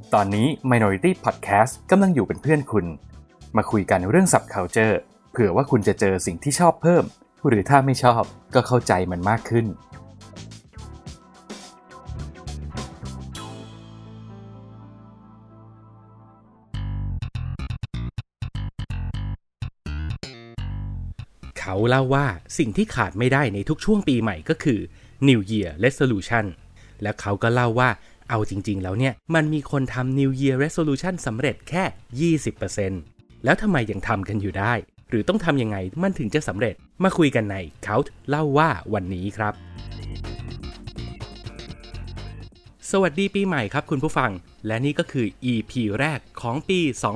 ตอนนี้ Minority Podcast กำลังอยู่เป็นเพื่อนคุณมาคุยกันเรื่อง Subculture เผื่อว่าคุณจะเจอสิ่งที่ชอบเพิ่มหรือถ้าไม่ชอบก็เข้าใจมันมากขึ้นเขาเล่าว่าสิ่งที่ขาดไม่ได้ในทุกช่วงปีใหม่ก็คือ New Year Resolution และเขาก็เล่าว่าเอาจริงๆแล้วเนี่ยมันมีคนทำ New Year Resolution สำเร็จแค่ 20% แล้วทำไมยังทำกันอยู่ได้หรือต้องทำยังไงมันถึงจะสำเร็จมาคุยกันใน Couch เล่าว่าวันนี้ครับสวัสดีปีใหม่ครับคุณผู้ฟังและนี่ก็คือ EP แรกของปี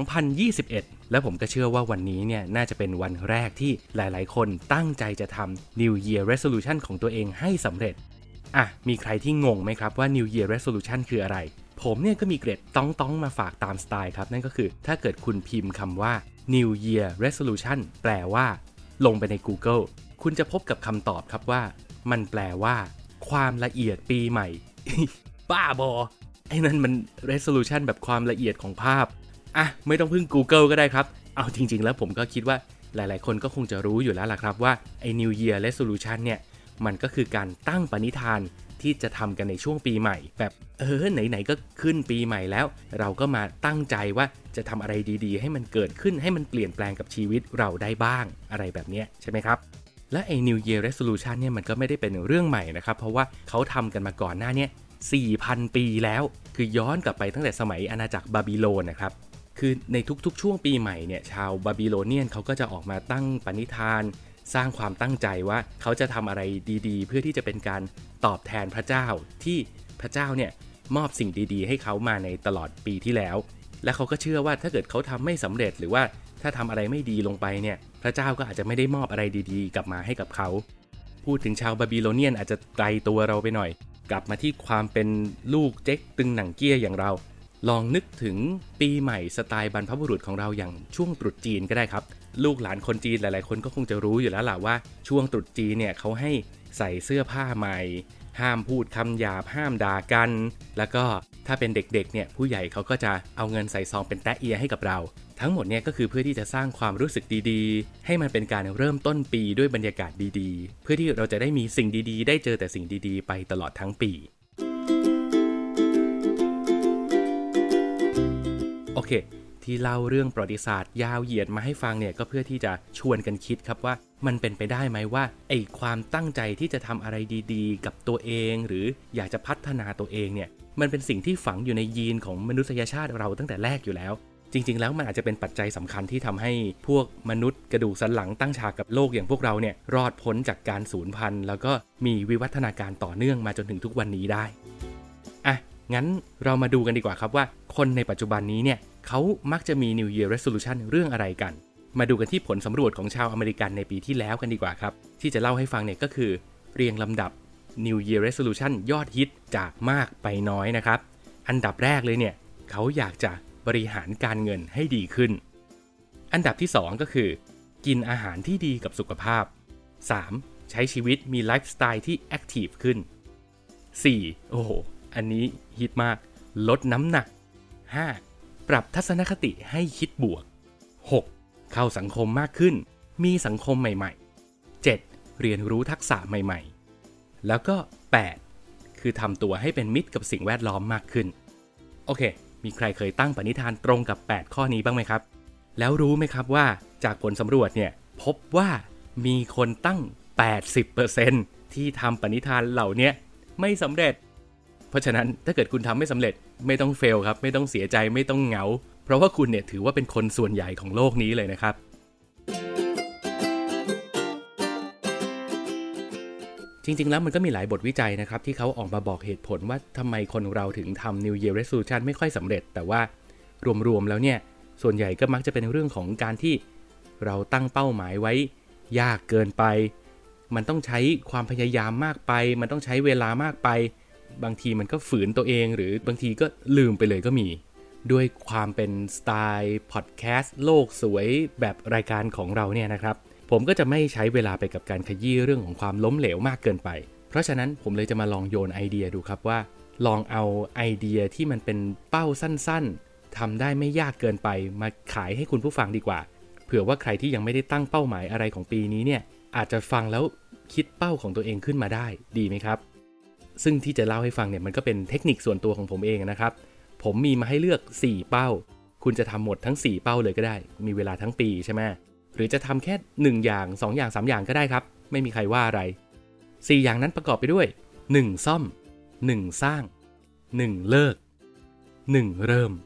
2021 และผมก็เชื่อว่าวันนี้เนี่ยน่าจะเป็นวันแรกที่หลายๆคนตั้งใจจะทำ New Year Resolution ของตัวเองให้สำเร็จมีใครที่งงไหมครับว่า New Year Resolution คืออะไรผมเนี่ยก็มีเกร็ดต้องมาฝากตามสไตล์ครับนั่นก็คือถ้าเกิดคุณพิมพ์คำว่า New Year Resolution แปลว่าลงไปใน Google คุณจะพบกับคำตอบครับว่ามันแปลว่าความละเอียดปีใหม่ บ้าบอไอ้นั่นมัน resolution แบบความละเอียดของภาพไม่ต้องพึ่ง Google ก็ได้ครับเอาจริงๆแล้วผมก็คิดว่าหลายๆคนก็คงจะรู้อยู่แล้วล่ะครับว่าไอ้ New Year Resolution เนี่ยมันก็คือการตั้งปณิธานที่จะทำกันในช่วงปีใหม่แบบไหนๆก็ขึ้นปีใหม่แล้วเราก็มาตั้งใจว่าจะทำอะไรดีๆให้มันเกิดขึ้นให้มันเปลี่ยนแปลงกับชีวิตเราได้บ้างอะไรแบบนี้ใช่ไหมครับและไอ้ New Year Resolution เนี่ยมันก็ไม่ได้เป็นเรื่องใหม่นะครับเพราะว่าเขาทำกันมาก่อนหน้านี้4,000 ปีแล้วคือย้อนกลับไปตั้งแต่สมัยอาณาจักรบาบิโลนนะครับคือในทุกๆช่วงปีใหม่เนี่ยชาวบาบิโลเนียนเขาก็จะออกมาตั้งปณิธานสร้างความตั้งใจว่าเขาจะทำอะไรดีๆเพื่อที่จะเป็นการตอบแทนพระเจ้าที่พระเจ้าเนี่ยมอบสิ่งดีๆให้เขามาในตลอดปีที่แล้วและเขาก็เชื่อว่าถ้าเกิดเขาทำไม่สำเร็จหรือว่าถ้าทำอะไรไม่ดีลงไปเนี่ยพระเจ้าก็อาจจะไม่ได้มอบอะไรดีๆกลับมาให้กับเขาพูดถึงชาวบาบิโลเนียนอาจจะไกลตัวเราไปหน่อยกลับมาที่ความเป็นลูกเจ๊กตึงหนังเกี้ยอย่างเราลองนึกถึงปีใหม่สไตล์บรรพบุรุษของเราอย่างช่วงตรุษจีนก็ได้ครับลูกหลานคนจีนหลายๆคนก็คงจะรู้อยู่แล้วล่ะว่าช่วงตรุษจีนเนี่ยเขาให้ใส่เสื้อผ้าใหม่ห้ามพูดคำหยาบห้ามด่ากันแล้วก็ถ้าเป็นเด็กๆเนี่ยผู้ใหญ่เขาก็จะเอาเงินใส่ซองเป็นแต๊ะเอียให้กับเราทั้งหมดเนี่ยก็คือเพื่อที่จะสร้างความรู้สึกดีๆให้มันเป็นการเริ่มต้นปีด้วยบรรยากาศดีๆเพื่อที่เราจะได้มีสิ่งดีๆได้เจอแต่สิ่งดีๆไปตลอดทั้งปีโอเคที่เล่าเรื่องประวัติศาสตร์ยาวเหยียดมาให้ฟังเนี่ยก็เพื่อที่จะชวนกันคิดครับว่ามันเป็นไปได้ไหมว่าไอ้ความตั้งใจที่จะทำอะไรดีๆกับตัวเองหรืออยากจะพัฒนาตัวเองเนี่ยมันเป็นสิ่งที่ฝังอยู่ในยีนของมนุษยชาติเราตั้งแต่แรกอยู่แล้วจริงๆแล้วมันอาจจะเป็นปัจจัยสำคัญที่ทำให้พวกมนุษย์กระดูกสันหลังตั้งฉากกับโลกอย่างพวกเราเนี่ยรอดพ้นจากการสูญพันธุ์แล้วก็มีวิวัฒนาการต่อเนื่องมาจนถึงทุกวันนี้ได้งั้นเรามาดูกันดีกว่าครับว่าคนในปัจจุบันนี้เนี่ยเขามักจะมี New Year Resolution เรื่องอะไรกันมาดูกันที่ผลสำรวจของชาวอเมริกันในปีที่แล้วกันดีกว่าครับที่จะเล่าให้ฟังเนี่ยก็คือเรียงลำดับ New Year Resolution ยอดฮิตจากมากไปน้อยนะครับอันดับแรกเลยเนี่ยเขาอยากจะบริหารการเงินให้ดีขึ้นอันดับที่2ก็คือกินอาหารที่ดีกับสุขภาพ3ใช้ชีวิตมีไลฟ์สไตล์ที่แอคทีฟขึ้น4โอ้โหอันนี้ฮิตมากลดน้ำหนัก5ปรับทัศนคติให้คิดบวก6เข้าสังคมมากขึ้นมีสังคมใหม่ๆ7เรียนรู้ทักษะใหม่ๆแล้วก็8คือทำตัวให้เป็นมิตรกับสิ่งแวดล้อมมากขึ้นโอเคมีใครเคยตั้งปณิธานตรงกับ8ข้อนี้บ้างไหมครับแล้วรู้ไหมครับว่าจากผลสำรวจเนี่ยพบว่ามีคนตั้ง 80% ที่ทำปณิธานเหล่านี้ไม่สำเร็จเพราะฉะนั้นถ้าเกิดคุณทำไม่สำเร็จไม่ต้องเฟลครับไม่ต้องเสียใจไม่ต้องเหงาเพราะว่าคุณเนี่ยถือว่าเป็นคนส่วนใหญ่ของโลกนี้เลยนะครับจริงๆแล้วมันก็มีหลายบทวิจัยนะครับที่เขาออกมาบอกเหตุผลว่าทำไมคนเราถึงทำ New Year Resolution ไม่ค่อยสำเร็จแต่ว่ารวมๆแล้วเนี่ยส่วนใหญ่ก็มักจะเป็นเรื่องของการที่เราตั้งเป้าหมายไว้ยากเกินไปมันต้องใช้ความพยายามมากไปมันต้องใช้เวลามากไปบางทีมันก็ฝืนตัวเองหรือบางทีก็ลืมไปเลยก็มีด้วยความเป็นสไตล์พอดแคสต์โลกสวยแบบรายการของเราเนี่ยนะครับผมก็จะไม่ใช้เวลาไปกับการขยี้เรื่องของความล้มเหลวมากเกินไปเพราะฉะนั้นผมเลยจะมาลองโยนไอเดียดูครับว่าลองเอาไอเดียที่มันเป็นเป้าสั้นๆทำได้ไม่ยากเกินไปมาขายให้คุณผู้ฟังดีกว่าเผื่อว่าใครที่ยังไม่ได้ตั้งเป้าหมายอะไรของปีนี้เนี่ยอาจจะฟังแล้วคิดเป้าของตัวเองขึ้นมาได้ดีไหมครับซึ่งที่จะเล่าให้ฟังเนี่ยมันก็เป็นเทคนิคส่วนตัวของผมเองนะครับผมมีมาให้เลือก4เป้าคุณจะทำหมดทั้ง4เป้าเลยก็ได้มีเวลาทั้งปีใช่ไหมหรือจะทำแค่1อย่าง2อย่าง3อย่างก็ได้ครับไม่มีใครว่าอะไร4อย่างนั้นประกอบไปด้วย1ซ่อม1สร้าง1เลิก1เริ่ม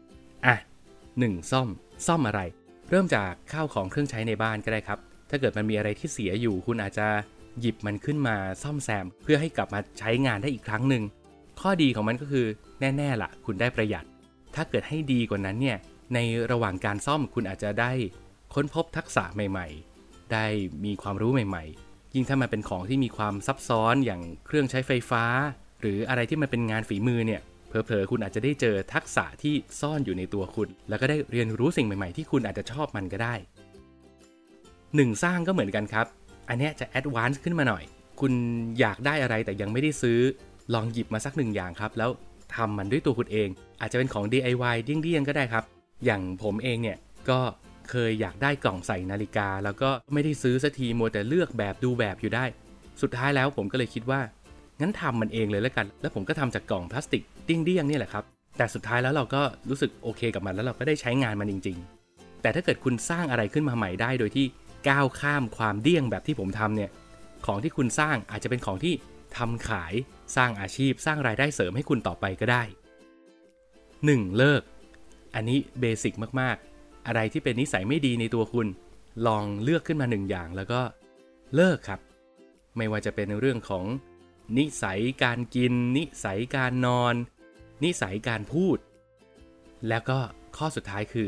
1ซ่อมอะไรเริ่มจากข้าวของเครื่องใช้ในบ้านก็ได้ครับถ้าเกิดมันมีอะไรที่เสียอยู่คุณอาจจะหยิบมันขึ้นมาซ่อมแซมเพื่อให้กลับมาใช้งานได้อีกครั้งหนึ่งข้อดีของมันก็คือแน่ๆล่ะคุณได้ประหยัดถ้าเกิดให้ดีกว่านั้นเนี่ยในระหว่างการซ่อมคุณอาจจะได้ค้นพบทักษะใหม่ๆได้มีความรู้ใหม่ๆยิ่งถ้ามันเป็นของที่มีความซับซ้อนอย่างเครื่องใช้ไฟฟ้าหรืออะไรที่มันเป็นงานฝีมือเนี่ยเผลอๆคุณอาจจะได้เจอทักษะที่ซ่อนอยู่ในตัวคุณแล้วก็ได้เรียนรู้สิ่งใหม่ๆที่คุณอาจจะชอบมันก็ได้1สร้างก็เหมือนกันครับอันนี้จะแอดวานซ์ขึ้นมาหน่อยคุณอยากได้อะไรแต่ยังไม่ได้ซื้อลองหยิบมาสัก1อย่างครับแล้วทำมันด้วยตัวคุณเองอาจจะเป็นของ DIY เดี้ยงๆก็ได้ครับอย่างผมเองเนี่ยก็เคยอยากได้กล่องใส่นาฬิกาแล้วก็ไม่ได้ซื้อสักทีมัวแต่เลือกแบบดูแบบอยู่ได้สุดท้ายแล้วผมก็เลยคิดว่างั้นทำมันเองเลยแล้วกันแล้วผมก็ทำจากกล่องพลาสติกเดี้ยงๆนี่แหละครับแต่สุดท้ายแล้วเราก็รู้สึกโอเคกับมันแล้วเราก็ได้ใช้งานมันจริงๆแต่ถ้าเกิดคุณสร้างอะไรขึ้นมาใหม่ได้โดยที่ก้าวข้ามความเดี้ยงแบบที่ผมทำเนี่ยของที่คุณสร้างอาจจะเป็นของที่ทำขายสร้างอาชีพสร้างรายได้เสริมให้คุณต่อไปก็ได้1เลิกอันนี้เบสิกมากๆอะไรที่เป็นนิสัยไม่ดีในตัวคุณลองเลือกขึ้นมา1อย่างแล้วก็เลิกครับไม่ว่าจะเป็นเรื่องของนิสัยการกินนิสัยการนอนนิสัยการพูดแล้วก็ข้อสุดท้ายคือ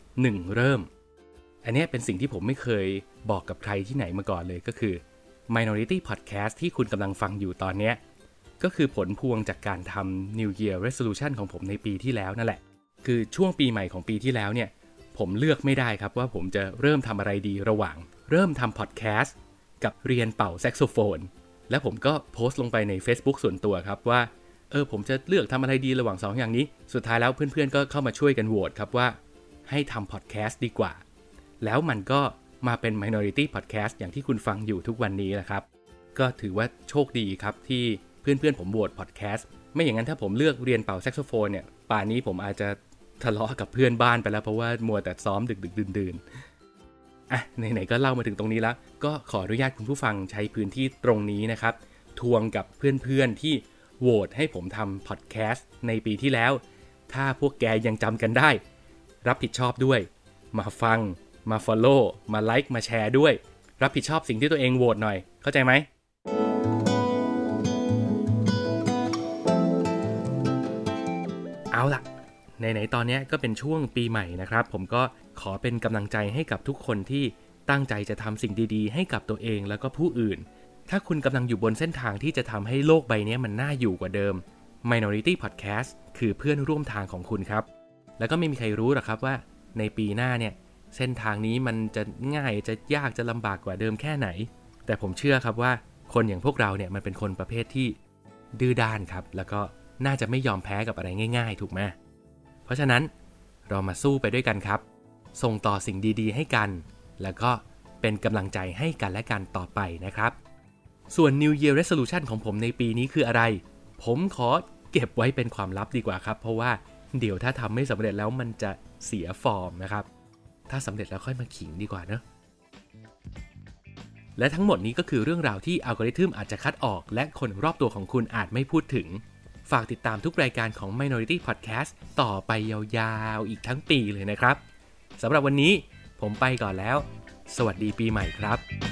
1เริ่มอันนี้เป็นสิ่งที่ผมไม่เคยบอกกับใครที่ไหนมาก่อนเลยก็คือ Minority Podcast ที่คุณกำลังฟังอยู่ตอนนี้ก็คือผลพวงจากการทำ New Year Resolution ของผมในปีที่แล้วนั่นแหละคือช่วงปีใหม่ของปีที่แล้วเนี่ยผมเลือกไม่ได้ครับว่าผมจะเริ่มทำอะไรดีระหว่างเริ่มทำ Podcast กับเรียนเป่าแซกโซโฟนและผมก็โพสต์ลงไปใน Facebook ส่วนตัวครับว่าผมจะเลือกทำอะไรดีระหว่าง2 อย่างนี้สุดท้ายแล้วเพื่อนๆก็เข้ามาช่วยกันโหวตครับว่าให้ทำ Podcast ดีกว่าแล้วมันก็มาเป็น Minority Podcast อย่างที่คุณฟังอยู่ทุกวันนี้แหละครับก็ถือว่าโชคดีครับที่เพื่อนๆผมโหวต Podcast ไม่อย่างนั้นถ้าผมเลือกเรียนเป่าแซกโซโฟนเนี่ยป่านนี้ผมอาจจะทะเลาะกับเพื่อนบ้านไปแล้วเพราะว่ามัวแต่ซ้อมดึกๆดื่นๆไหนๆก็เล่ามาถึงตรงนี้แล้วก็ขออนุญาตคุณผู้ฟังใช้พื้นที่ตรงนี้นะครับทวงกับเพื่อนๆที่โหวตให้ผมทำ Podcast ในปีที่แล้วถ้าพวกแกยังจำกันได้รับผิดชอบด้วยมาฟังมา follow มา like มาแชร์ด้วยรับผิดชอบสิ่งที่ตัวเองโหวตหน่อยเข้าใจไหมเอาล่ะไหนๆตอนนี้ก็เป็นช่วงปีใหม่นะครับผมก็ขอเป็นกำลังใจให้กับทุกคนที่ตั้งใจจะทำสิ่งดีๆให้กับตัวเองแล้วก็ผู้อื่นถ้าคุณกำลังอยู่บนเส้นทางที่จะทำให้โลกใบนี้มันน่าอยู่กว่าเดิม Minority Podcast คือเพื่อนร่วมทางของคุณครับแล้วก็ไม่มีใครรู้หรอกครับว่าในปีหน้าเนี่ยเส้นทางนี้มันจะง่ายจะยากจะลำบากกว่าเดิมแค่ไหนแต่ผมเชื่อครับว่าคนอย่างพวกเราเนี่ยมันเป็นคนประเภทที่ดื้อด้านครับแล้วก็น่าจะไม่ยอมแพ้กับอะไรง่ายๆถูกไหมเพราะฉะนั้นเรามาสู้ไปด้วยกันครับส่งต่อสิ่งดีๆให้กันแล้วก็เป็นกำลังใจให้กันและกันต่อไปนะครับส่วน New Year Resolution ของผมในปีนี้คืออะไรผมขอเก็บไว้เป็นความลับดีกว่าครับเพราะว่าเดี๋ยวถ้าทำไม่สำเร็จแล้วมันจะเสียฟอร์มนะครับถ้าสำเร็จแล้วค่อยมาขิงดีกว่าเนอะและทั้งหมดนี้ก็คือเรื่องราวที่อัลกอริทึมอาจจะคัดออกและคนรอบตัวของคุณอาจไม่พูดถึงฝากติดตามทุกรายการของ Minority Podcast ต่อไปยาวๆอีกทั้งปีเลยนะครับสำหรับวันนี้ผมไปก่อนแล้วสวัสดีปีใหม่ครับ